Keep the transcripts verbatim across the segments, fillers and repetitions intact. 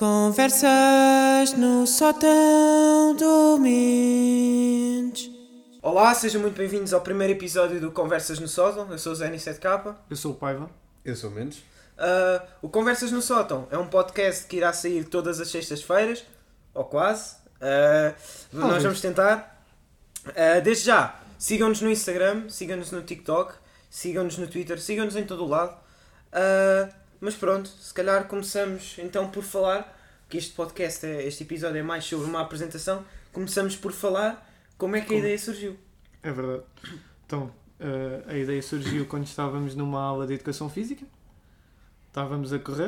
Conversas no sótão do Mendes. Olá, sejam muito bem-vindos ao primeiro episódio do Conversas no Sótão. Eu sou o Zé N sete K. Eu sou o Paiva. Eu sou o Mendes. Uh, o Conversas no Sótão é um podcast que irá sair todas as sextas-feiras, ou quase. Uh, nós vamos tentar. Uh, desde já, sigam-nos no Instagram, sigam-nos no TikTok, sigam-nos no Twitter, sigam-nos em todo o lado. Uh, mas pronto, se calhar começamos então por falar, que este podcast, é, este episódio é mais sobre uma apresentação, começamos por falar como é que a Como? ideia surgiu. É verdade. Então, uh, a ideia surgiu quando estávamos numa aula de Educação Física. Estávamos a correr.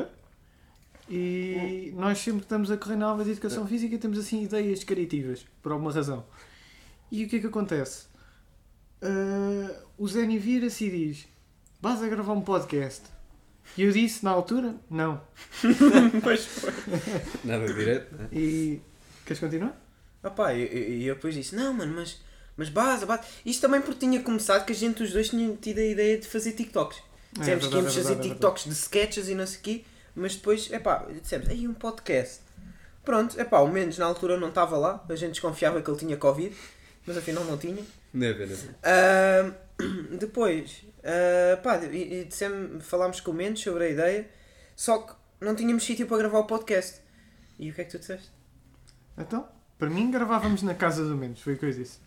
E nós sempre que estamos a correr na aula de Educação Física temos assim ideias criativas, por alguma razão. E o que é que acontece? Uh, o Zé vira-se e diz: vais a gravar um podcast? E eu disse na altura: não. Pois foi. Nada direto, né? E queres continuar? Ah pá, e eu, eu, eu depois disse, não mano, mas, mas base, base. Isto também porque tinha começado que a gente os dois tinham tido a ideia de fazer TikToks. É, Dissemos é que íamos verdade, fazer é verdade, TikToks de sketches e não sei o quê, mas depois, epá, dissemos, aí um podcast. Pronto, epá, o Mendes na altura não estava lá, a gente desconfiava que ele tinha Covid, mas afinal não tinha. Deve, deve. Uh, depois, uh, pá, e, e dissemos, falámos com o Mendes sobre a ideia, só que não tínhamos sítio para gravar o podcast. E o que é que tu disseste? Então, para mim gravávamos na casa do Mendes, foi o que eu disse.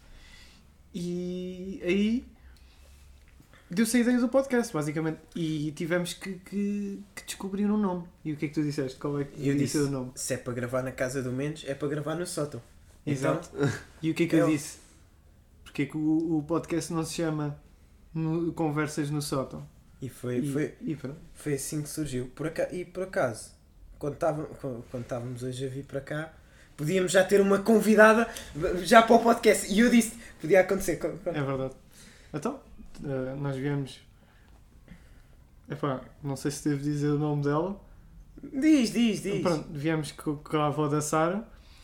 E aí deu-se a ideia do podcast, basicamente. E tivemos que, que, que descobrir um nome. E o que é que tu disseste? Qual é que Eu disse disse, o nome? se é para gravar na casa do Mendes, é para gravar no sótão. Exato. Então, E o que é que eu eu- disse? Porque é que o, o podcast não se chama no- Conversas no Sótão? e foi, E, foi, e pronto. foi assim que surgiu. Por aca- e por acaso, quando estava- quando quando estávamos hoje a vir para cá, podíamos já ter uma convidada já para o podcast. E eu disse, podia acontecer. Co- co- É verdade. Então, eh, nós viemos... Epá, não sei se devo dizer o nome dela. Diz, diz, diz. Pronto, viemos com, com a avó da Sara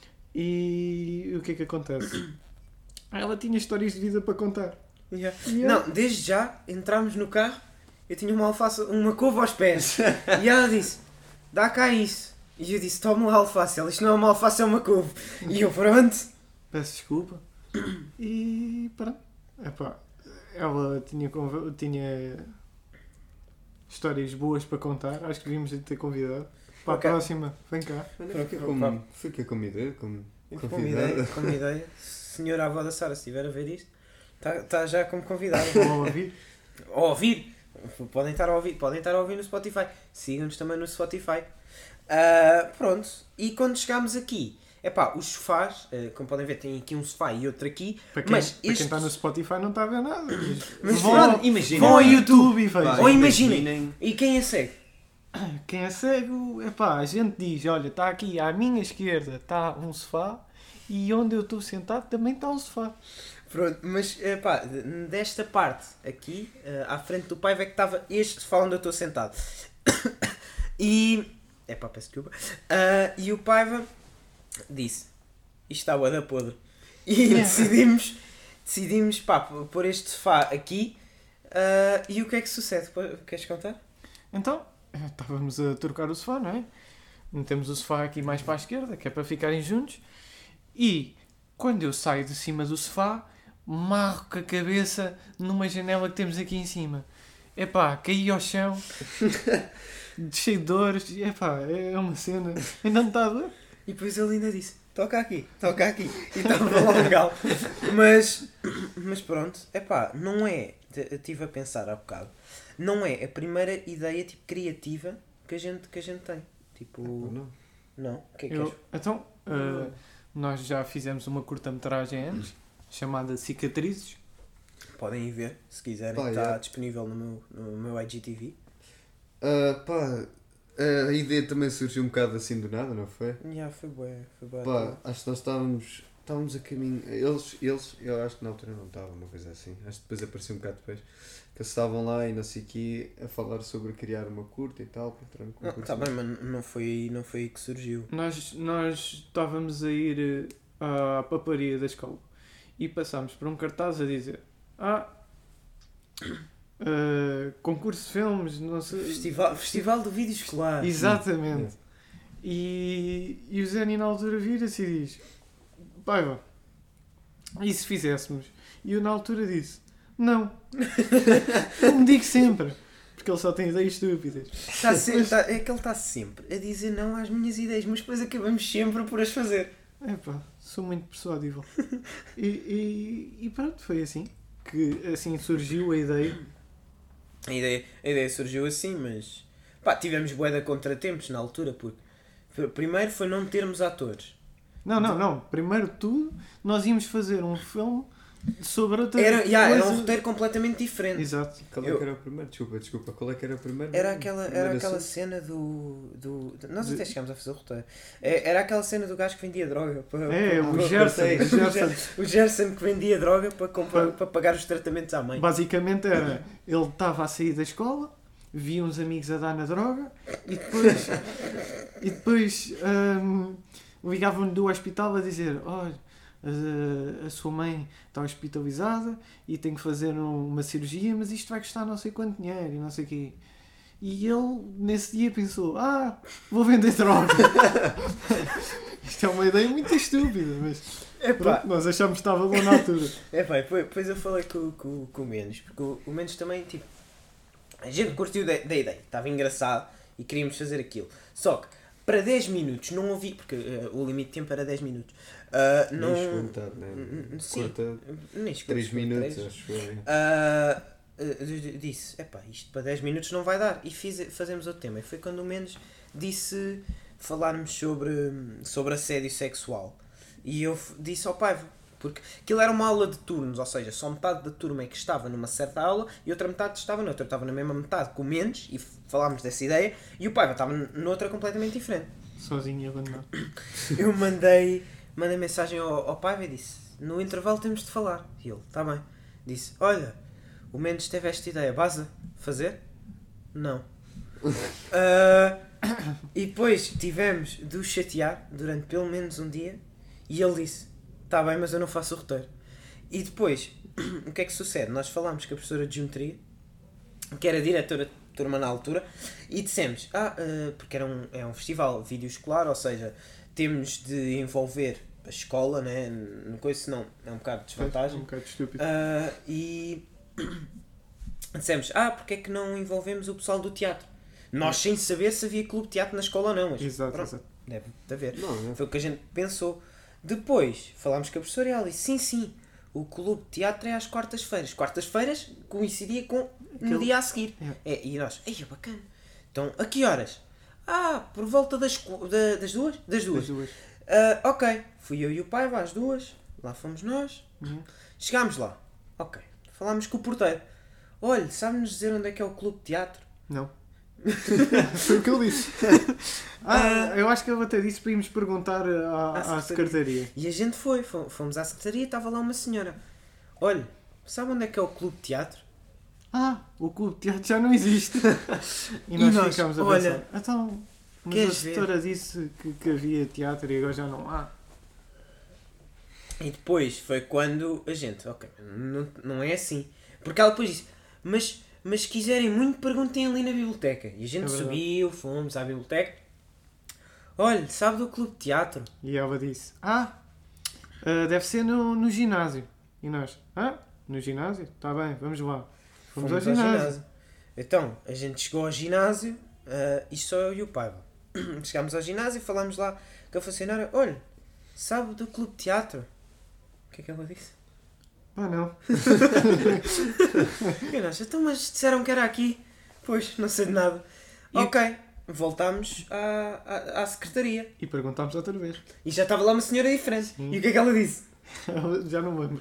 e o que é que acontece? Ela tinha histórias de vida para contar. Yeah. E eu- Não, desde já, entramos no carro, eu tinha uma alface, uma couve aos pés. E ela disse, dá cá isso. E eu disse, toma uma alface. Ela disse, não é uma alface, é uma couve. E eu, pronto. Peço desculpa. E pronto. Epá, ela tinha, conver- tinha histórias boas para contar. Acho que devíamos ter convidado. Para Ok. a próxima, vem cá. Fica como, fica como ideia, como Como ideia, convidada. como ideia. Senhora avó da Sara, se estiver a ver isto, está tá já como convidada. Vão ouvir. A ouvir. Podem estar a ouvir, podem estar a ouvir no Spotify. Sigam-nos também no Spotify. Ah, pronto. E quando chegámos aqui, epá, os sofás, eh, como podem ver, tem aqui um sofá e outro aqui. Para quem, Mas para quem estes- está no Spotify não está a ver nada. Mas vão, pronto, imaginem. vão ao YouTube e vejam. Ou imaginem. E quem é cego? Quem é cego, epá, a gente diz, olha, está aqui à minha esquerda está um sofá e onde eu estou sentado também está um sofá. Pronto, mas epá, desta parte aqui, eh, à frente do pai, é que estava este sofá onde eu estou sentado. E. Epá, peço desculpa. Ah, e o Paiva disse: isto está bué da podre. E decidimos, decidimos pá, pôr este sofá aqui. Ah, e o que é que sucede? Queres contar? Então, eh, estávamos a trocar o sofá, não é? Metemos o sofá aqui mais para a esquerda, que é para ficarem juntos. E, quando eu saio de cima do sofá, marro com a cabeça numa janela que temos aqui em cima. Epá, caí ao chão, cheio de dores. Epá, é uma cena. Ainda não está a doer? E depois ele ainda disse: toca aqui, toca aqui. E estava lá legal. Mas, mas pronto, epá, não é. Eu estive a pensar há bocado. Não é a primeira ideia tipo, criativa que a gente, que a gente tem. Tipo. Não. Não? O que é que Eu- és? então, eh, nós já fizemos uma curta-metragem antes, chamada Cicatrizes. Podem ir ver, se quiserem. Pá, Está yeah. disponível no meu, no meu I G T V. Ah, pá, a ideia também surgiu um bocado assim do nada, não foi? Já, foi bué. Foi bué. Pá, acho que nós estávamos, estávamos a caminho. Eles, eles, eu acho que na altura não estavam, uma coisa assim. Acho que depois apareceu um bocado depois. Que eles estavam lá e não sei o quê, a falar sobre criar uma curta e tal. Para entrar no Não, concurso. tá bem, mas não foi aí, não foi aí que surgiu. Nós, nós estávamos a ir eh, à paparia da escola e passámos por um cartaz a dizer: Ah, eh, concurso de filmes, não sei. Festival, Festival do Vídeo Escolar. Exatamente. E, e o Zeni na altura vira-se e diz: Paiva, e se fizéssemos? E eu na altura disse: Não. Como digo sempre. Porque ele só tem ideias estúpidas. Tá sempre, tá, é que ele está sempre a dizer não às minhas ideias, mas depois acabamos sempre por as fazer. Epá, sou muito persuadível. E, e, e pronto, foi assim que assim surgiu a ideia. A ideia, a ideia surgiu assim, mas pá, tivemos bué de contratempos na altura, porque primeiro foi não termos atores. Não, não, não. Primeiro de tudo, nós íamos fazer um filme sobre outra era, coisa. Yeah, era um roteiro completamente diferente. Exato. Qual é Eu- que era o primeiro? Desculpa, desculpa. Qual é que era o primeiro? Era aquela, era Primeiro aquela assunto? cena do, do. Nós De- até chegámos a fazer o roteiro. É- Era aquela cena do gajo que vendia droga. Para, É, para- o para- Gerson. para- o Gerson. O Gerson que vendia droga para, comprar, Para- para pagar os tratamentos à mãe. Basicamente era, ele estava a sair da escola, via uns amigos a dar na droga e depois, e depois hum, ligavam-lhe do hospital a dizer: olha, a, a sua mãe está hospitalizada e tem que fazer um- uma cirurgia, mas isto vai custar não sei quanto dinheiro e não sei o quê. E ele, nesse dia, pensou: ah, vou vender droga. Isto é uma ideia muito estúpida, mas Epá, pronto, nós achámos que estava bom na altura. epá, depois, depois eu falei com, com, com o Menos, porque o, o Menos também, tipo, a gente curtiu da, da ideia, estava engraçado e queríamos fazer aquilo. Só que para dez minutos não ouvi, porque eh, o limite de tempo era dez minutos. Ah, não, Nem chegou metade, né? N- sim. Corta nem chegou, três chegou a minutos, três. acho eu. Ah, ah, disse, epá, isto para dez minutos não vai dar. E fiz, fazemos outro tema. E foi quando o Menos disse falarmos sobre, sobre assédio sexual. E eu f- disse ao Paiva, porque aquilo era uma aula de turnos, ou seja, só metade da turma é que estava numa certa aula e outra metade estava noutra. Eu estava na mesma metade com o Menos e f- falámos dessa ideia e o Paiva estava n- noutra completamente diferente. Sozinho e abandonado. Eu mandei, mandei mensagem ao, ao Paiva e disse: no intervalo temos de falar. E ele: está bem. Disse: olha, o Mendes teve esta ideia, vas a fazer? Não. Ah, e depois tivemos de o chatear durante pelo menos um dia e ele disse: está bem, mas eu não faço o roteiro. E depois, o que é que sucede? Nós falámos com a professora de Geometria, que era diretora de turma na altura, e dissemos: ah, ah, porque era um, é um festival de vídeo escolar, ou seja, temos de envolver a escola, né? No coisa, senão é um bocado de É desvantagem. um bocado estúpido. Ah, e dissemos: ah, porque é que não envolvemos o pessoal do teatro? Nós sem saber se havia clube de teatro na escola ou não. Mas Exato, pronto, exato. deve de haver. Não, não. Foi o que a gente pensou. Depois falámos com a professora e ela disse: sim, sim, o clube de teatro é às quartas-feiras. Quartas-feiras coincidia com no Aquele- dia a seguir. É. É, e nós: ei, é bacana. Então, a que horas? Ah, por volta das, qu- da- das duas? Das duas. As duas. Ah, ok, fui eu e o pai, às duas, lá fomos nós, Uhum. chegámos lá, ok, falámos com o porteiro, olha, sabe-nos dizer onde é que é o clube de teatro? Não. Foi o que ele disse. Ah, eu acho que ele até disse para irmos perguntar à, À à secretaria. E a gente foi, fo- fomos à secretaria e estava lá uma senhora, olha, sabe onde é que é o clube de teatro? Ah, o clube de teatro já não existe. E E nós, nós, ficámos a olha, pensar: então, mas a queres ver? setora disse que, que havia teatro e agora já não há. E depois foi quando a gente, ok, não, não é assim, porque ela depois disse, mas, mas se quiserem muito perguntem ali na biblioteca, e a gente É verdade. subiu, fomos à biblioteca, olha, sabe do clube de teatro? E ela disse: Ah, ah, deve ser no, no ginásio. E nós: Ah, no ginásio? Está bem, vamos lá. Fomos, ao ginásio. Então, a gente chegou ao ginásio, uh, isto só eu e o pai. Chegámos ao ginásio e falámos lá com a funcionária, olha, sabe do clube de teatro? O que é que ela disse? Ah, não. E nós, então, mas disseram que era aqui. Pois, não sei de nada. E- Ok, voltámos à, à, à secretaria. E perguntámos outra vez. E já estava lá uma senhora diferente. Sim. E o que é que ela disse? Já não me lembro.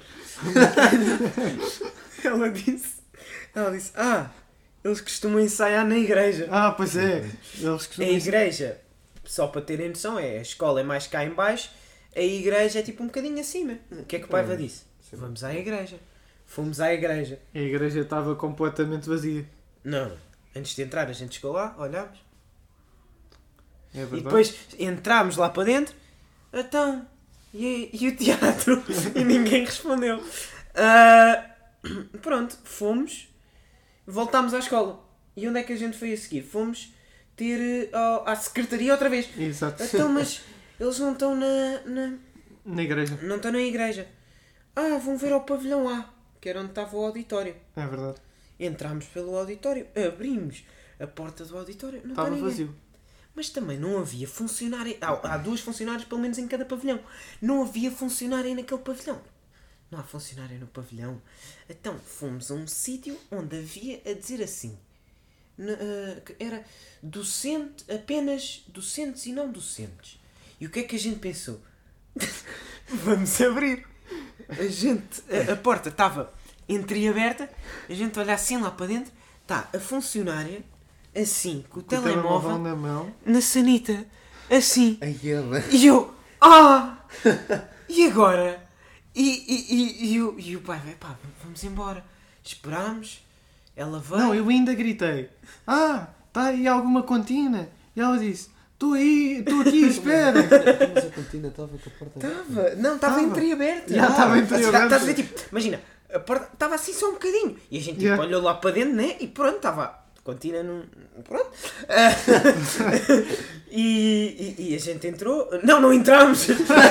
Ela disse, ela disse, ah, eles costumam ensaiar na igreja. Ah, pois é. Eles A costumam igreja, só para terem noção, é a escola é mais cá em baixo, a igreja é tipo um bocadinho acima. O que é que o Paiva disse? Sim. Vamos à igreja. Fomos à igreja. A igreja estava completamente vazia. Não, antes de entrar a gente chegou lá, olhámos. É E verdade. depois entrámos lá para dentro. Então, e, e o teatro? E ninguém respondeu. Ah, pronto, fomos. Voltámos à escola. E onde é que a gente foi a seguir? Fomos ter uh, à secretaria outra vez. Exato. Então, mas eles não estão na, na... Na igreja. Não estão na igreja. Ah, vão ver ao pavilhão A, que era onde estava o auditório. É verdade. Entramos pelo auditório, abrimos a porta do auditório, não Estava está ninguém. vazio. Mas também não havia funcionário. Há, há duas funcionárias pelo menos em cada pavilhão. Não havia funcionário naquele pavilhão. Não há funcionário no pavilhão. Então fomos a um sítio onde havia a dizer assim. n- uh, que era docente, apenas docentes e não docentes. E o que é que a gente pensou? Vamos abrir. A gente, a, a porta estava entreaberta, a gente olha assim lá para dentro, está a funcionária assim, com o, Com telemóvel, o telemóvel na mão. na sanita, assim. Ai, ela. E eu, ah! E agora? E, e, e, e, o, e o pai, pá, vamos embora. Esperámos, ela veio. Não, eu ainda gritei. Ah, está aí alguma continha? E ela disse, estou aí, estou aqui, espera. Mas a cantina estava com a porta aberta. Estava, não, estava Tava. entreaberta. Já estava entreaberta. Estás a ver, tipo, imagina, a porta estava assim só um bocadinho. E a gente tipo, Yeah. olhou lá para dentro, né? E pronto, estava. Continua num. Pronto. Ah, e, e, e a gente entrou. Não, não entramos.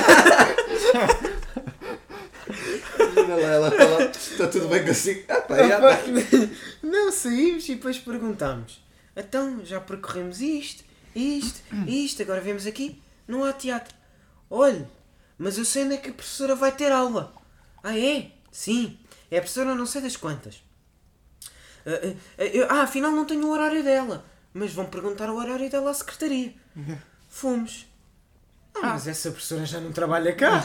Imagina lá, ela está lá, está tudo bem consigo. Ah, pá, já está. Não, saímos e depois perguntámos. Então, já percorremos isto, isto, isto, agora vemos aqui, não há teatro. Olhe, mas eu sei onde é que a professora vai ter aula. Ah, é? Sim. É a professora não sei das quantas. Ah, ah, eu- ah, afinal não tenho o horário dela. Mas vão perguntar o horário dela à secretaria. Fomos. Ah, mas essa professora já não trabalha cá.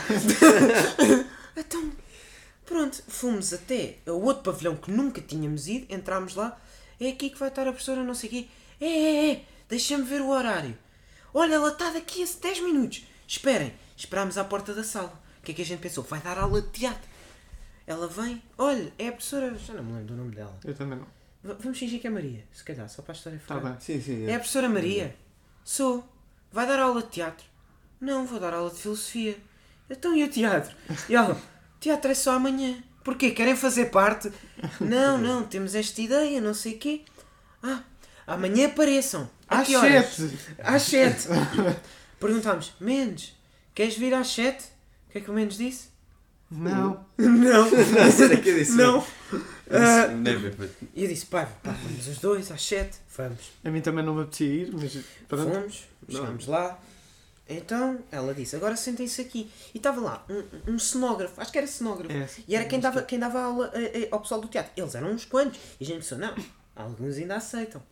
Então, pronto, fomos até o outro pavilhão que nunca tínhamos ido, entrámos lá, é aqui que vai estar a professora não sei o quê. É, é, é, deixa-me ver o horário. Olha, ela está daqui a dez minutos. Esperem, esperámos à porta da sala. O que é que a gente pensou? Vai dar aula de teatro. Ela vem, olha, é a professora, já não me lembro do nome dela. Eu também não. V- vamos fingir que é Maria, se calhar, só para a história Está ficar. bem. Sim, sim. É a professora Maria? Sou. Vai dar aula de teatro? Não, vou dar aula de filosofia. Então e o teatro? E ela, teatro é só amanhã. Porquê? Querem fazer parte? Não, não, temos esta ideia, não sei o quê. Ah, amanhã apareçam. A Às que horas? sete. Às sete. Perguntámos, Mendes, queres vir às sete? O que é que o Mendes disse? Não. Não. Não, será que eu disse? Não. Ah, Never. E eu disse, pá, pá, vamos os dois às sete. Vamos. A mim também não me apetecia ir, mas pronto. Fomos, chegámos lá. Então ela disse, agora sentem-se aqui. E estava lá um, um cenógrafo, acho que era cenógrafo. É, E era quem dava, quem dava aula eh, eh, ao pessoal do teatro. Eles eram uns quantos. E a gente pensou, não, alguns ainda aceitam.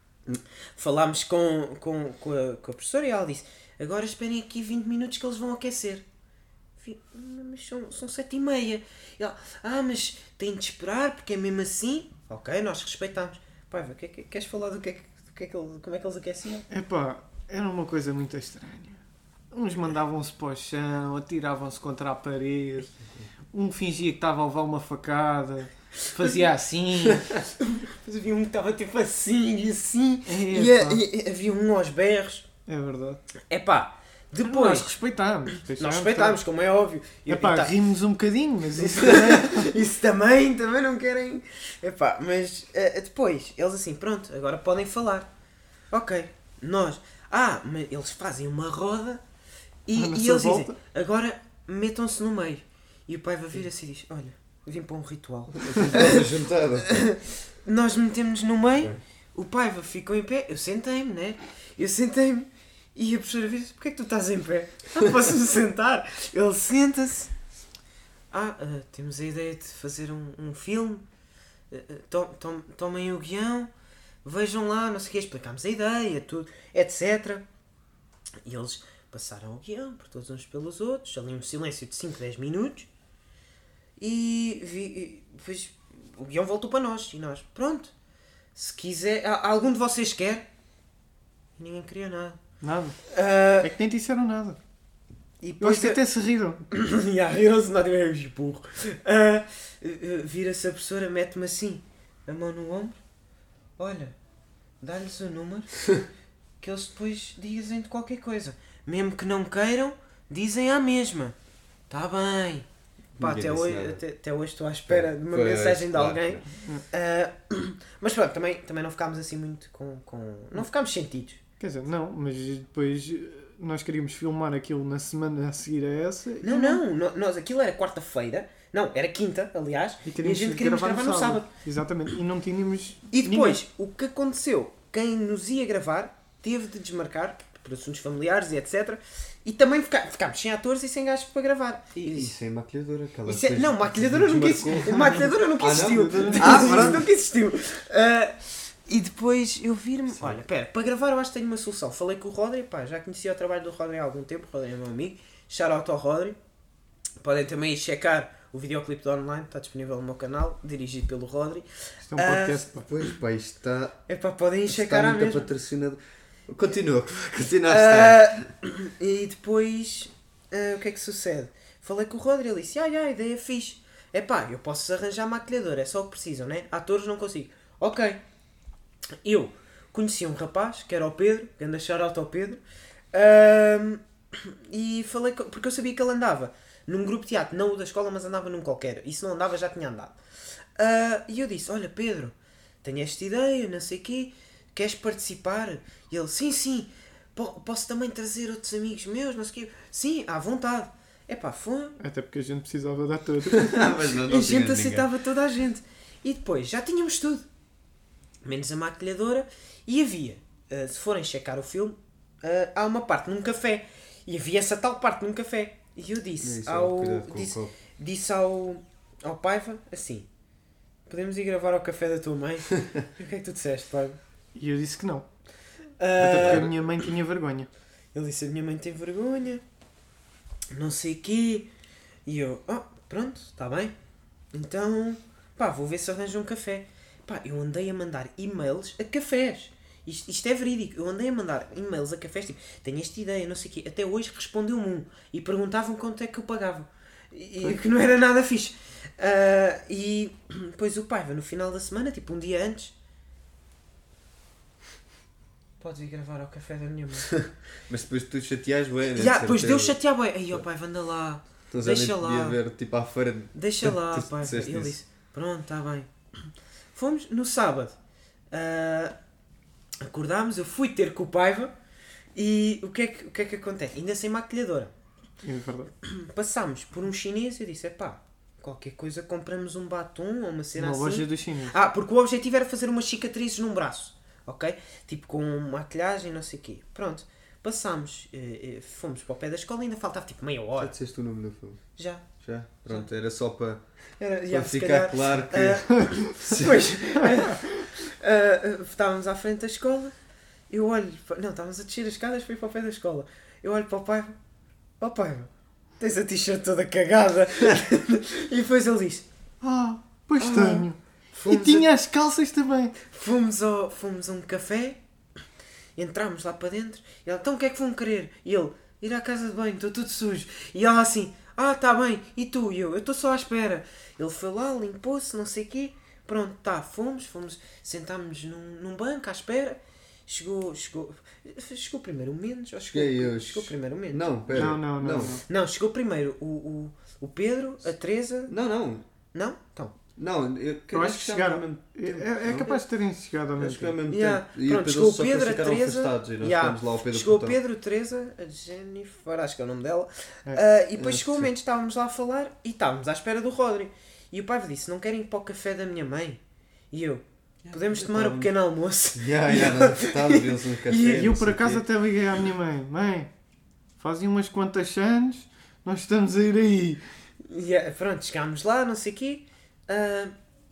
Falámos com, com, com, a, com a professora e ela disse, agora esperem aqui vinte minutos que eles vão aquecer. Vi- Mas são, são sete e meia. E ela, ah, mas tem de esperar porque é mesmo assim. Ok, nós respeitamos. Pai, que, é que, queres falar do que é que, do que, é que ele- como é que eles aqueciam? Epá, era uma coisa muito estranha. Uns mandavam-se para o chão, atiravam-se contra a parede. Um fingia que estava a levar uma facada. Fazia assim. Depois havia um que estava tipo assim e assim. É, E, a- pá. e- e havia um aos berros. É verdade. É pá, Nós depois. respeitámos. Nós respeitámos, como é óbvio. E Epá, tá- rimos um bocadinho, mas isso também. Isso também, também não querem. Epá, mas eh, depois, eles assim, pronto, agora podem falar. Ok, nós. Ah, mas eles fazem uma roda e, À nossa e eles volta. dizem, agora metam-se no meio. E o pai vai vir assim e diz, olha, vim para um ritual. Estava juntada. Nós metemos no meio, o pai ficou em pé, eu sentei-me, né? Eu sentei-me e a professora disse, porquê é que tu estás em pé? Ah, posso-me sentar? Ele senta-se. Ah, ah, temos a ideia de fazer um, um filme. Ah, ah, tom- tom- tomem o guião, vejam lá, não sei o quê, explicámos a ideia, tudo, etcétera. E eles passaram o guião por todos uns pelos outros, ali um silêncio de cinco, dez minutos. E, vi, e depois o guião voltou para nós. E nós, pronto, se quiser, a- algum de vocês quer? E ninguém queria nada. Nada. Ah, É que nem disseram nada. e Eu depois acho que até se riram. Ya, riram-se, não tivemos burro. Ah, ah, vira-se a professora, mete-me assim, a mão no ombro. Olha, dá-lhes o número, que eles depois dizem de qualquer coisa. Mesmo que não queiram, dizem à mesma. Tá bem. Pá, Ninguém até disse hoje, nada. até, até hoje estou à espera de uma Pois, mensagem de claro, alguém. Uh, mas pronto, também, também não ficámos assim muito com, com... Não ficámos sentidos. Quer dizer, não, mas depois eh, nós queríamos filmar aquilo na semana a seguir a essa. e Não, não, no- nós, aquilo era quarta-feira. Não, era quinta, aliás. E, E, a queríamos gente queríamos gravar, no sábado. Exatamente. E não tínhamos. E depois, o que aconteceu? Quem nos ia gravar teve de desmarcar por assuntos familiares e etcétera. E também fica, ficámos sem atores e sem gajos para gravar. E, e sem maquilhadora. Aquela Isso é- depois não, maquilhadora nunca existiu. desmarcou. Maquilhadora nunca Ah, não? existiu. Ah, Isso pronto. nunca existiu. Ah, e depois eu vir-me. Olha, pera, para gravar eu acho que tenho uma solução. Falei com o Rodri, pá, já conhecia o trabalho do Rodri há algum tempo. O Rodri é meu amigo. Shout out ao Rodri. Podem também ir checar o videoclipe do Online, está disponível no meu canal, dirigido pelo Rodri. Isto é um podcast. pá. Pois, pá, isto está... É pá, podem ir isto checar está à muito mesma. patrocinado. Continua, continua a estar. Ah, e depois, ah, o que é que sucede? Falei com o Rodri, ele disse, ai ai, ideia é fixe. É pá, eu posso arranjar maquilhador, é só o que precisam, né? Atores não consigo. Ok. Eu conheci um rapaz, que era o Pedro, que anda shout-out ao Pedro, ah, e falei, com, porque eu sabia que ele andava num grupo de teatro, não o da escola, mas andava num qualquer. E se não andava, já tinha andado. Ah, e eu disse, olha Pedro, tenho esta ideia, não sei o quê, queres participar? E ele, sim, sim, po- posso também trazer outros amigos meus, não sei o quê. Sim, à vontade. Epá, foi. Até porque a gente precisava de atores. Ah, mas não, não A gente tinhas aceitava toda a gente. E depois, já tínhamos tudo. Menos a maquilhadora. E havia, ah, se forem checar o filme, ah, há uma parte num café. E havia essa tal parte num café. E eu disse Isso, ao... cuidado com o Disse, copo. disse ao, ao Paiva, assim... Podemos ir gravar ao café da tua mãe? E o que é que tu disseste, Paiva? E eu disse que não. Ah, Até porque a minha mãe tinha vergonha. Ele disse, a minha mãe tem vergonha, não sei o quê. E eu, oh, pronto, está bem. Então, pá, vou ver se arranjo um café. Pá, eu andei a mandar e-mails a cafés. Isto, isto é verídico. Eu andei a mandar e-mails a cafés, tipo, tenho esta ideia, não sei o quê. Até hoje respondeu-me um. E perguntavam quanto é que eu pagava. E, e que não era nada fixe. Ah, e depois o Paiva, no final da semana, tipo um dia antes... Podes ir gravar ao café da minha mãe. Mas depois tu chateaste, bué, né? Já, De depois deu certeza. chatear bem. Aí, ó pai, anda lá. Então já deixa nem lá. podia ver, tipo, à feira. de- Deixa lá, Tu- tu pai. disseste Ele isso. disse, pronto, está bem. Fomos no sábado. ah, acordámos, eu fui ter com o Paiva. E o que, é que, o que é que acontece? Ainda sem maquilhadora. É verdade. Passámos por um chinês e eu disse, é pá, qualquer coisa compramos um batom ou uma cena Uma assim. loja do chinês. Ah, porque o objetivo era fazer umas cicatrizes num braço, ok? Tipo com maquilhagem, não sei o quê. Pronto, passámos, eh, eh, fomos para o pé da escola e ainda faltava tipo meia Já hora. disseste o nome do filme? Já. Já? Pronto, era só para, Era, para já, se ficar calhar, claro que. ah, Depois, ah, ah, estávamos à frente da escola, eu olho, pa- não, estávamos a descer as escadas para ir para o pé da escola. Eu olho para o pai, ó pai, tens a t-shirt toda cagada. E depois ele diz, Ah, pois Ah, tenho. E fomos, tinha as calças também. a, fomos, ao, fomos a um café, entramos lá para dentro, e ele, então o que é que vão querer? E ele, ir à casa de banho, estou tudo sujo. E ela assim, ah, tá bem, e tu? E eu, eu estou só à espera. Ele foi lá, limpou-se, não sei o quê, pronto, tá, fomos, fomos, sentámos num, num banco à espera, chegou, chegou, chegou primeiro o Mendes, ou chegou, Cheguei eu. chegou primeiro o Mendes? Não, pera. Não, não, não. não. Não, chegou primeiro o, o, o Pedro, a Teresa, Não, não. não? Então, Não, eu, Eu acho que chegaram. ao mesmo É, tempo, é não? capaz de terem chegado ao Acho mesmo que ao tempo. mesmo Yeah. tempo. E Pronto, depois chegou eles o só Pedro, a ficaram Teresa, afastados e nós yeah. ficámos lá ao pé do chegou o portão. Pedro, a Teresa, a Jennifer, acho que é o nome dela, É. ah, e depois É, chegou o sim. Mendes, estávamos lá a falar e estávamos à espera do Rodri. E o pai disse, não querem ir para o café da minha mãe? E eu, podemos tomar o pequeno almoço? Já, já, nós apertávamos, vimos um café. E eu não por sei acaso quê. até liguei à minha mãe. Mãe, fazem umas quantas anos, nós estamos a ir aí. E ah, pronto, chegámos lá, não sei o quê, ah,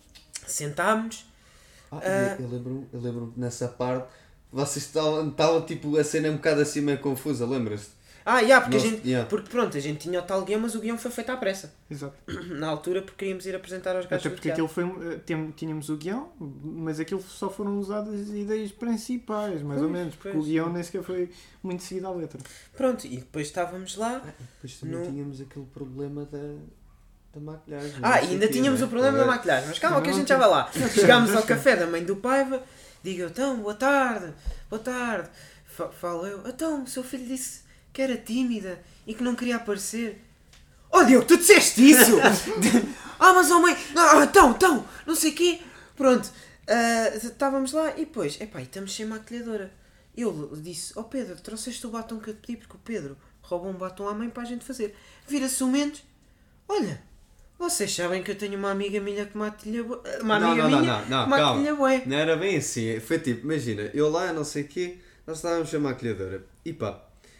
sentámos, Ah, Ah. eu, eu lembro-me eu lembro nessa parte, vocês estavam, estavam tipo a cena um bocado assim meio confusa, lembras-te? ah, yeah, porque, Nós- a gente, yeah. porque pronto, a gente tinha o tal guião, mas o guião foi feito à pressa, Exato. na altura, porque queríamos ir apresentar aos gajos Até do porque teatro. aquilo foi. eh, tem- Tínhamos o guião, mas aquilo só foram usadas as ideias principais, mais ou Pois, menos, porque pois. o guião nem sequer foi muito seguido à letra. Pronto, e depois estávamos lá. Ah, e depois também No- tínhamos aquele problema da, da maquilhagem. Ah, não e sei ainda quê, tínhamos né? o problema da Agora- maquilhagem, mas calma Não, que a não gente já tem. vai lá. Chegámos ao café da mãe do Paiva, digo eu, então, boa tarde, boa tarde. Fa- Falo eu, então, o seu filho disse que era tímida e que não queria aparecer. Oh Diogo, tu disseste isso? Ah, mas oh mãe, ah, então, então, não sei o quê. Pronto, uh, estávamos lá e depois, epá, e estamos sem maquilhadora. Eu disse, ó oh Pedro, trouxeste o batom que eu te pedi, porque o Pedro roubou um batom à mãe para a gente fazer. Vira-se o Mendes, olha, vocês sabem que eu tenho uma amiga minha que maquilha bué. Uma Não, amiga não, não, minha não, não, que maquilha bué. Não era bem assim, foi tipo, imagina, eu lá, não sei o quê, nós estávamos a maquilhadora, e pá,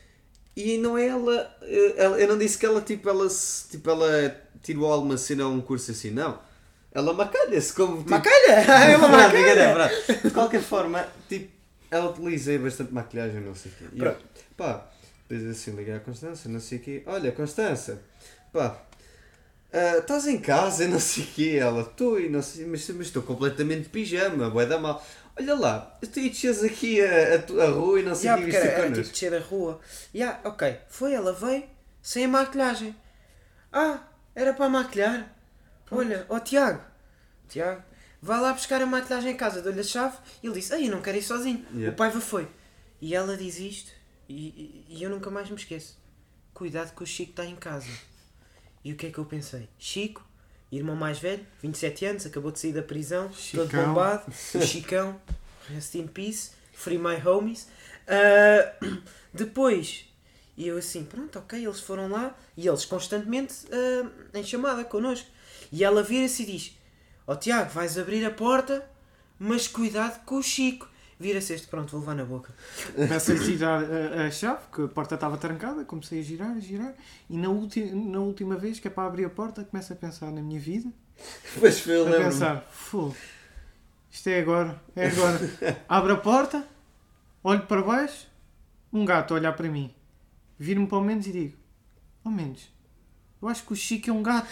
e não é ela, ela, eu não disse que ela, tipo, ela, se- tipo, ela tirou alguma cena ou um curso assim, não. Ela macalha-se como, tipo... Macalha? É uma Não, macalha. ninguém é verdade. De qualquer forma, tipo, ela utiliza bastante maquilhagem, não sei o quê. E eu, pá, depois assim liguei à Constança, não sei o quê. Olha, Constança, pá, ah, estás em casa, não sei o quê. Ela, estou e não sei, mas, mas estou completamente de pijama, bué da mal. Olha lá, tu desces aqui a, a, tu- a rua e não sei o Yeah, quê. porque Isto era, é era tipo connosco. descer a rua. Yeah, ok, foi, ela veio sem a maquilhagem. Ah, era para maquilhar. Olha, ó Tiago, Tiago, vai lá buscar a maquilhagem em casa, dou-lhe a chave. E ele disse, ai, eu não quero ir sozinho. Yeah. O Paiva foi. E ela diz isto, e, e, e eu nunca mais me esqueço. Cuidado que o Chico está em casa. E o que é que eu pensei? Chico, irmão mais velho, vinte e sete anos, acabou de sair da prisão, todo Chicão. bombado. O Chicão, rest in peace, free my homies. Ah, depois, e eu assim, pronto, ok, eles foram lá, e eles constantemente ah, em chamada connosco. E ela vira-se e diz, ó oh, Tiago, vais abrir a porta, mas cuidado com o Chico. Vira-se este, pronto, vou levar na boca. Começo a girar a, a chave, que a porta estava trancada, comecei a girar, a girar, e na, ulti, na última vez que é para abrir a porta, começo a pensar na minha vida, Pois foi, eu a lembro-me. pensar, fogo, isto é agora, é agora. Abro a porta, olho para baixo, um gato a olhar para mim, viro-me para o Mendes e digo, ó oh, Mendes, eu acho que o Chico é um gato.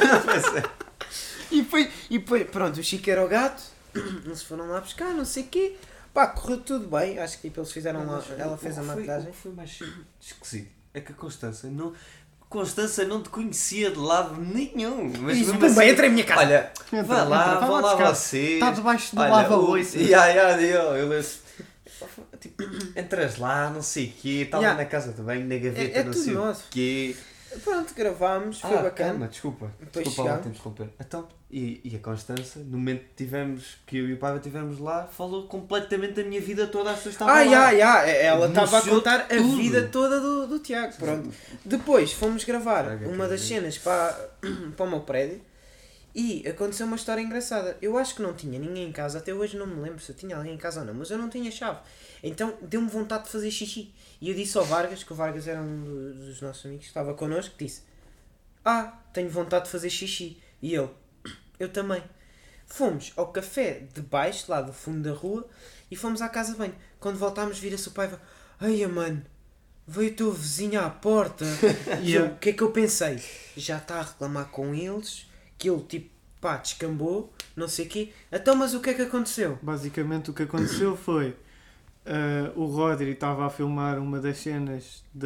E foi, e foi, pronto, o Chico era o gato, eles foram lá buscar, não sei o quê. Pá, correu tudo bem, acho que tipo, eles fizeram lá, ela fez a O que foi- maquilhagem. O que foi mais esquisito é que a Constança não... Constança não te conhecia de lado nenhum. Mas Isso, mesmo pumba, assim, entra em minha casa. Olha, Entra, vai lá, entra, vai vão lá lá buscar. vocês. Está debaixo do Olha, lava-loiça. o- Ya, ya, eu, eu disse, tipo, entras lá, não sei o quê, está Ya. lá na casa de banho, na gaveta, É- é não tudo sei nosso. o quê. Pronto, gravámos, foi Ah, bacana. calma, desculpa. Depois desculpa lá te chegámos. interromper. Então, e, e a Constança, no momento que tivemos, que eu e o Paiva estivemos lá, falou completamente da minha vida toda, as pessoas estavam Ah, lá. já, já, ela estava a Denunciou contar a tudo. vida toda do, do Tiago. Pronto. Depois fomos gravar Traga uma das aqui, cenas para, para o meu prédio e aconteceu uma história engraçada. Eu acho que não tinha ninguém em casa, até hoje não me lembro se eu tinha alguém em casa ou não, mas eu não tinha chave. Então deu-me vontade de fazer xixi. E eu disse ao Vargas, que o Vargas era um do- dos nossos amigos que estava connosco, disse: Ah, tenho vontade de fazer xixi. E eu, eu também. Fomos ao café de baixo, lá do fundo da rua, e fomos à casa de banho. Quando voltámos, vira-se o Paiva: Ai, mano, veio o teu vizinho à porta. E eu, o que é que eu pensei? Já está a reclamar com eles, que ele tipo, pá, descambou, não sei o quê. Então, mas o que é que aconteceu? Basicamente o que aconteceu foi ah, o Rodri estava a filmar uma das cenas da,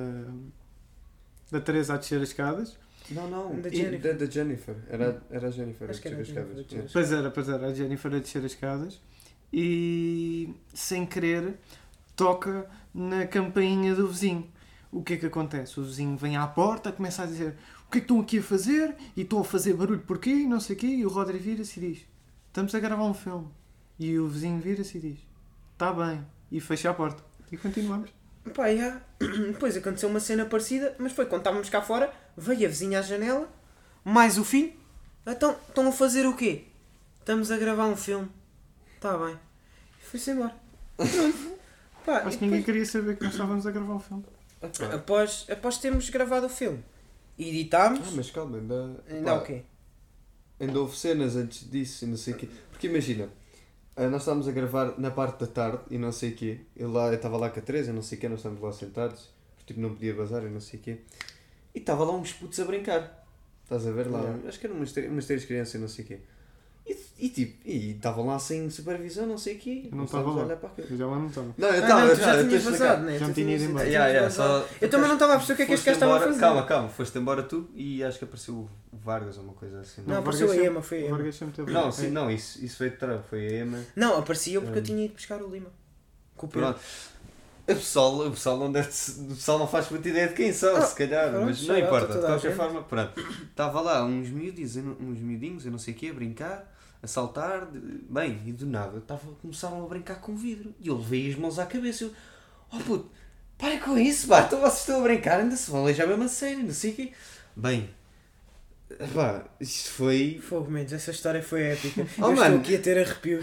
da Teresa a descer as escadas. Não, não, Da e- Jennifer. da, da Jennifer. Era, era a Jennifer Acho a que era descer a as Jennifer escadas. a descer as Pois era, pois era, a Jennifer a descer as escadas e sem querer toca na campainha do vizinho. O que é que acontece? O vizinho vem à porta, começa a dizer o que é que estão aqui a fazer e estão a fazer barulho porquê e não sei o quê, e o Rodri vira-se e diz estamos a gravar um filme. E o vizinho vira-se e diz está bem, e fecha a porta. E continuamos. Pá, já. Depois aconteceu uma cena parecida, mas foi quando estávamos cá fora, veio a vizinha à janela, mais o filho. Então, estão a fazer o quê? Estamos a gravar um filme. Está bem. E foi-se embora. Pronto. Pá, Acho e que ninguém depois, queria saber que nós estávamos a gravar um filme. após, após termos gravado o filme, editámos. Ah, mas calma, ainda... Ainda pá, o quê? Ainda houve cenas antes disso e não sei o quê. Porque imagina, ah, nós estávamos a gravar na parte da tarde e não sei o quê. Eu lá- eu estava lá com a Teresa, não sei o quê, nós estávamos lá sentados, porque tipo, não podia bazar e não sei o quê. E estava lá uns putos a brincar. Estás a ver lá? Yeah. Acho que eram umas, três- umas três crianças e não sei o quê. E, e tipo, e estavam lá sem supervisão, não sei o quê. Eu não Nós estava estávamos a lá. olhar para aquilo. Eu já lá não estava. Não, eu Ah, estava, não, tu já eu tinhas estou a vazado, explicar. né? Já Tu tinha tinhas- ido embora. tinhas Yeah, yeah, vazado. só- Eu também não estava a perceber o que é que este Foste gajo estava a embora- fazer. Calma, calma, foste embora tu e acho que apareceu o Vargas ou uma coisa assim. Não, O apareceu Vargas a Ema, sempre- foi a o Ema. Vargas sempre teve- Não, sim, não, isso, isso veio de trás, foi a Ema. Não, aparecia eu porque eu Hum. tinha ido buscar o Lima. Com o Pedro. Pronto. O pessoal, o pessoal não deve, o pessoal não faz muita ideia de quem são, Ah, se calhar, pronto, mas não shout out a importa, de toda a qualquer gente. forma, pronto. Estava lá uns miúdinhos, eu não- uns miudinhos, eu não sei o quê, a brincar, a saltar, de- bem, e do nada, estava, começaram a brincar com o vidro, e eu levei as mãos à cabeça, eu, oh puto, para com isso, pá, então vocês estão a brincar, ainda se vão aleijar mesmo a sério, não sei o quê. Bem, pá, isto foi... Fogo, menos, essa história foi épica. Oh, eu mano. estou aqui a ter arrepios.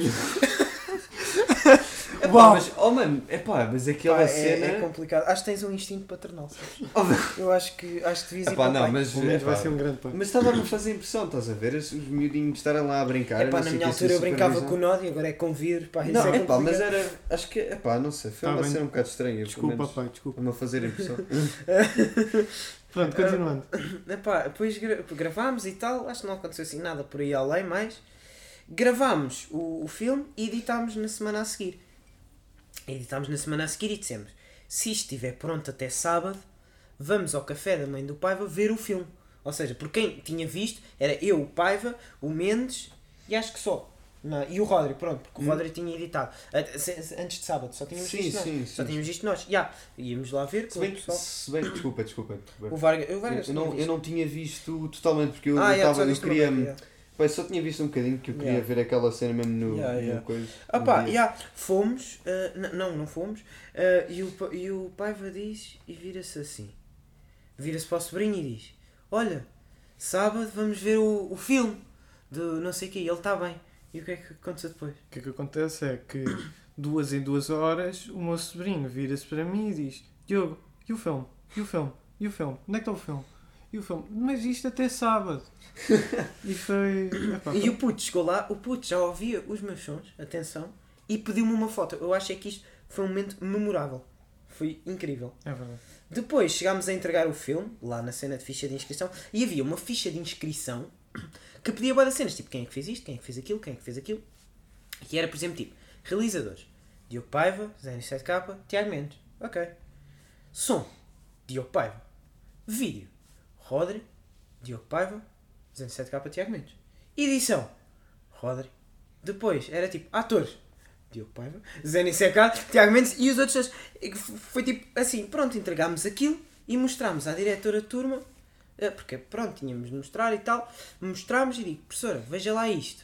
Epá, Uau. mas, oh mano, epá, mas aquela Pá, é, cena... é complicado. Acho que tens um instinto paternal, sabes? Oh, mano. Eu acho que, acho que devias ir Epá, para o não, pai. mas, O menos vai epá, ser um grande pai. mas estava-me a fazer impressão, estás a ver? Os os miudinhos estarem lá a brincar. Epá, não na sei minha o quê, altura eu sem brincava supervisão. com o nó e agora é com vidro. Pá, isso Não, é epá, mas complicado. era. Acho que, epá, não sei, foi Tá uma bem. cena um bocado estranha. Desculpa, pelo menos, pai, desculpa. a-me a fazer impressão. Pronto, continuando. Epá, depois gra gravámos e tal, acho que não aconteceu assim nada por aí além, mas gravámos o, o filme e editámos na semana a seguir. Editámos na semana a seguir e dissemos, se isto estiver pronto até sábado, vamos ao café da mãe do Paiva ver o filme. Ou seja, por quem tinha visto, era eu, o Paiva, o Mendes e acho que só. Não, e o Rodri, pronto, porque o Hum. Rodri tinha editado. A- se- se- Antes de sábado, só tínhamos Sim, visto nós. sim, Só sim. tínhamos visto nós. Já, íamos lá ver Se com o bem, pessoal. se bem, desculpa, desculpa. O Vargas, o Vargas Eu tinha não, visto. eu não tinha visto totalmente porque eu, Ah, eu, já, tava, só eu viste uma queria. vez, já. Pá, eu só tinha visto um bocadinho que eu queria Yeah. ver aquela cena mesmo no, Yeah, no yeah. coisa. Ah no pá, dia. já, fomos, ah, n- não, não fomos, ah, e, o, pa- e o Paiva diz, e vira-se assim, vira-se para o sobrinho e diz, olha, sábado vamos ver o, o filme, do não sei o quê, e ele está bem. E o que é que aconteceu depois? O que é que acontece é que duas em duas horas o meu sobrinho vira-se para mim e diz: Diogo, e o filme? E o filme? E o filme? Onde é que está o filme? E o filme? Mas isto até sábado. E foi. Epá, E o puto chegou lá, o puto já ouvia os meus sons, atenção, e pediu-me uma foto. Eu achei que isto foi um momento memorável. Foi incrível. É verdade. Depois chegámos a entregar o filme, lá na cena de ficha de inscrição, e havia uma ficha de inscrição que pedia bué de cenas, tipo quem é que fez isto, quem é que fez aquilo, quem é que fez aquilo. E era, por exemplo, tipo, realizadores, Diogo Paiva, zero sete K, Tiago Mendes. Ok. Som, Diogo Paiva. Vídeo, Rodri, Diogo Paiva, zero sete K, Tiago Mendes. Edição, Rodri. Depois era tipo, atores, Diogo Paiva, zero sete K, Tiago Mendes e os outros dois. E foi tipo assim, pronto, entregámos aquilo e mostrámos à diretora de turma, eh, porque pronto, tínhamos de mostrar e tal, mostrámos e digo, professora, veja lá isto.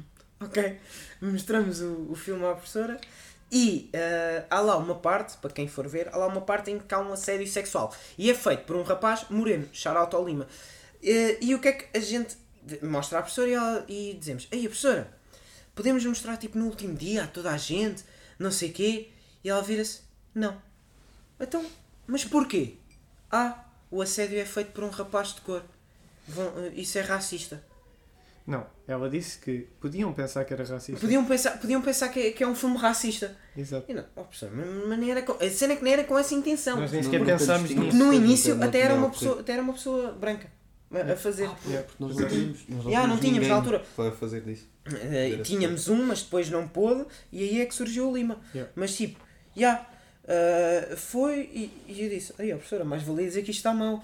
Ok, mostramos o, o filme à professora e eh, há lá uma parte, para quem for ver, há lá uma parte em que há um assédio sexual e é feito por um rapaz moreno, shout-out ao Lima. Eh, e o que é que a gente mostra à professora e, ela, e dizemos, ei, professora, podemos mostrar tipo no último dia a toda a gente, não sei o quê, e ela vira-se, não. Então, mas porquê? Ah, o assédio é feito por um rapaz de cor. Vão, isso é racista. Não, ela disse que podiam pensar que era racista. Podiam pensar, podiam pensar que, é, que é um filme racista. Exato. E não, oh, professor, mas, mas nem era com, a cena é que nem era com essa intenção. Nós nem Não, sequer nunca pensámos distinguimos. nisso. No Nunca- início nunca até era, tinha uma ocorrido. pessoa, até era uma pessoa branca a, a fazer. Yeah, porque nós não tínhamos, nós Yeah, não tínhamos na altura. para fazer disso. Eh, e tínhamos um, mas depois não pôde, e aí é que surgiu o Lima. Yeah. Mas tipo, já, yeah, uh, foi, e, e eu disse, aí, professora, mais valia dizer que isto está mal.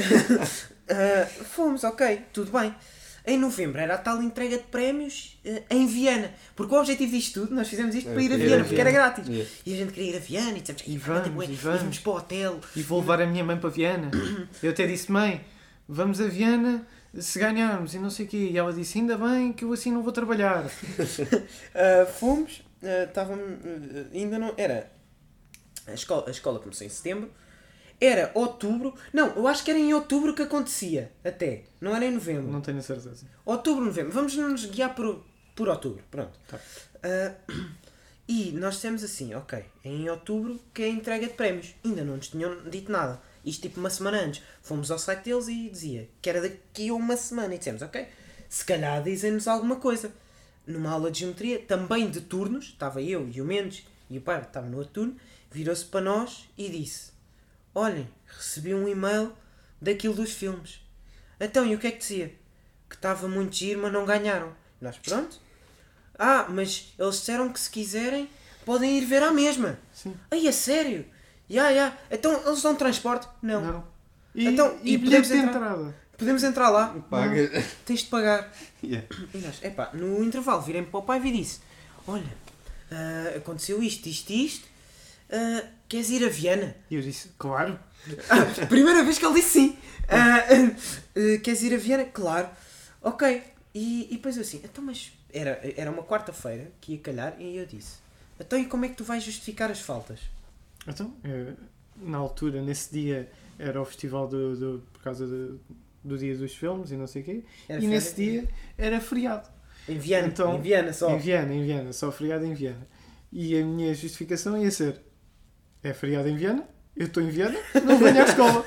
uh, fomos, ok, tudo bem. Em novembro era a tal entrega de prémios uh, em Viana, porque o objetivo disto tudo, nós fizemos isto É, para ir a ir a Viana, porque era Viana. grátis. Yeah. E a gente queria ir a Viana, e dissemos, E "Ei, vamos, bué, e e vamos." vamos para o hotel. E vou levar a minha mãe para Viana. Eu até disse, mãe, vamos a Viana se ganharmos e não sei o quê. E ela disse, ainda bem que eu assim não vou trabalhar. Uh, fomos, uh, estávamos, uh, ainda não, era, a escola, a escola começou em setembro, era outubro, não, eu acho que era em outubro que acontecia, até, não era em novembro. Não tenho a certeza. Outubro, novembro, vamos nos guiar por, por outubro, pronto. Tá. Uh, e nós dissemos assim, ok, é em outubro que é a entrega de prémios, ainda não nos tinham dito nada. Isto tipo uma semana antes, fomos ao site deles e dizia que era daqui a uma semana e dissemos, ok, se calhar dizem-nos alguma coisa. Numa aula de geometria, também de turnos, estava eu e o Mendes e o pai estava no outro turno, virou-se para nós e disse, olhem, recebi um e-mail daquilo dos filmes. Então, e o que é que dizia? Que estava muito giro, mas não ganharam. Nós, pronto. Ah, mas eles disseram que se quiserem, podem ir ver à mesma. Sim. Ai, a sério? Ya, ya. Então, eles dão transporte? Não. Não. E, Então, e, e bilhete podemos de entrar? entrada. Podemos entrar lá? Paga. Tens de pagar. Yeah. E nós, epá, no intervalo virei-me para o pai e disse, olha, ah, aconteceu isto, isto, isto, ah, queres ir a Viena? E eu disse, claro. Ah, primeira vez que ele disse sim. Ah, ah, ah, queres ir a Viena? Claro. Ok. E, e depois eu assim, então mas era, era uma quarta-feira que ia calhar e eu disse, então e como é que tu vais justificar as faltas? Então, eh, na altura, nesse dia, era o festival do, do, por causa do, do dia dos filmes e não sei o quê. Era E férias? nesse dia era feriado. Em Viena, Então, em Viena só. Em Viena, em Viena, só feriado em Viena. E a minha justificação ia ser: é feriado em Viena, eu estou em Viena, não venho à escola.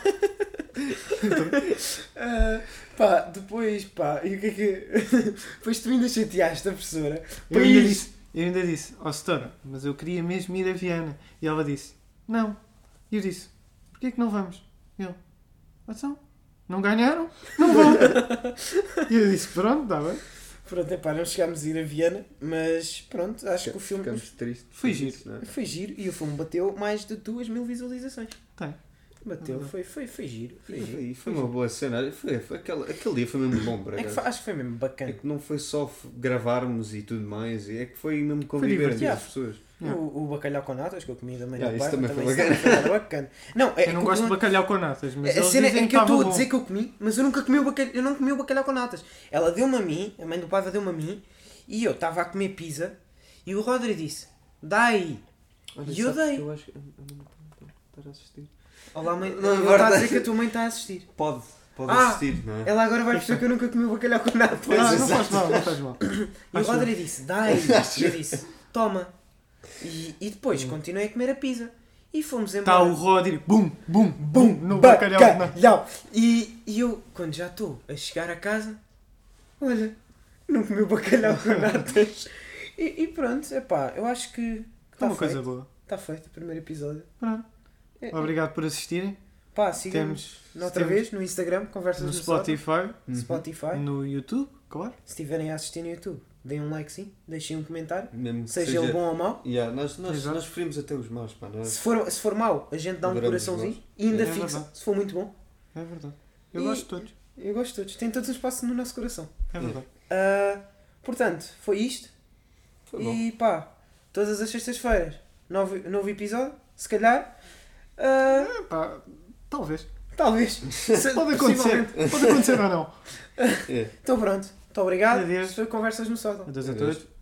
Ah, pá, depois, pá, e o que é que... depois tu ainda chateaste a professora. Eu ainda Pois- disse, eu ainda disse, ó setora, mas eu queria mesmo ir a Viena. E ela disse, não. E eu disse, porquê que não vamos? E ele, então, não ganharam? Não vão. E eu disse, pronto, está bem. Pronto, é pá, não chegámos a ir a Viena, mas pronto, acho que o filme Ficamos tristes. Foi por giro. isso, não é? foi giro e o filme bateu mais de duas mil visualizações. Tem. Bateu, Uhum. foi, foi, foi giro. Foi E giro. Foi, foi uma boa cena. Olha, Foi, foi aquele, aquele dia foi mesmo bom para É que foi- acho que foi mesmo É bacana. que não foi só f- gravarmos e tudo mais, é que foi mesmo conviver divertido. entre as pessoas. Yeah. O, o bacalhau com natas que eu comi da manhã Yeah, do isso pai, também foi isso também foi bacana. bacana. Não, é Eu não que o gosto de problema- bacalhau com natas, mas A eles cena dizem é que que eu estou estava a bom. dizer que eu comi, mas eu nunca comi o bacalhau, eu não comi o bacalhau com natas. Ela deu-me a mim, a mãe do Paiva deu-me a mim, e eu estava a comer pizza, e o Rodri disse, dá aí. Olha, E eu sabes dei. que Eu acho que a minha mãe está a assistir. Olá mãe, Não, ele agora está a tá- dizer que a tua mãe está a assistir. Pode, pode Ah, assistir, não é? Ela agora vai perceber que eu nunca comi o bacalhau com natas. Pois, Ah, não exato. faz mal, não faz mal. E o Acho Rodri disse, dá aí. E eu disse, toma. E, e depois continuei a comer a pizza. E fomos embora. Está o Rodri, bum, bum, bum, no bacalhau com natas. Bacalhau. E, e eu, quando já estou a chegar a casa, olha, não comi o bacalhau com natas. E, e pronto, epá, eu acho que É está uma coisa feito. boa. Está feito o primeiro episódio. Pronto. É, Obrigado por assistirem. Pá, sigam-nos Temos outra temos vez no Instagram, Conversas no no Sótão, Spotify, Uhum. Spotify. no YouTube, claro. Se estiverem a assistir no YouTube, deem um like sim, deixem um comentário, Mesmo que seja ele bom ou mau. Yeah, nós, nós, Exato. nós preferimos até os maus, pá, não é? Se for, se for mau, a gente dá um Adoramos coraçãozinho nós. e ainda É fixa. verdade. Se for muito bom, É verdade. Eu E- gosto de todos. eu gosto de todos. Tem todos um espaço no nosso coração. É verdade. Ah, portanto, foi isto. Foi bom. E pá, todas as sextas-feiras, novo, novo episódio, se calhar. Ah, É, pá, talvez. talvez. Se- Pode acontecer. possivelmente. Pode acontecer ou não. É. Então pronto. Muito obrigado. Adeus. Isto foi Conversas no Sótão. Adeus a Adeus. todos.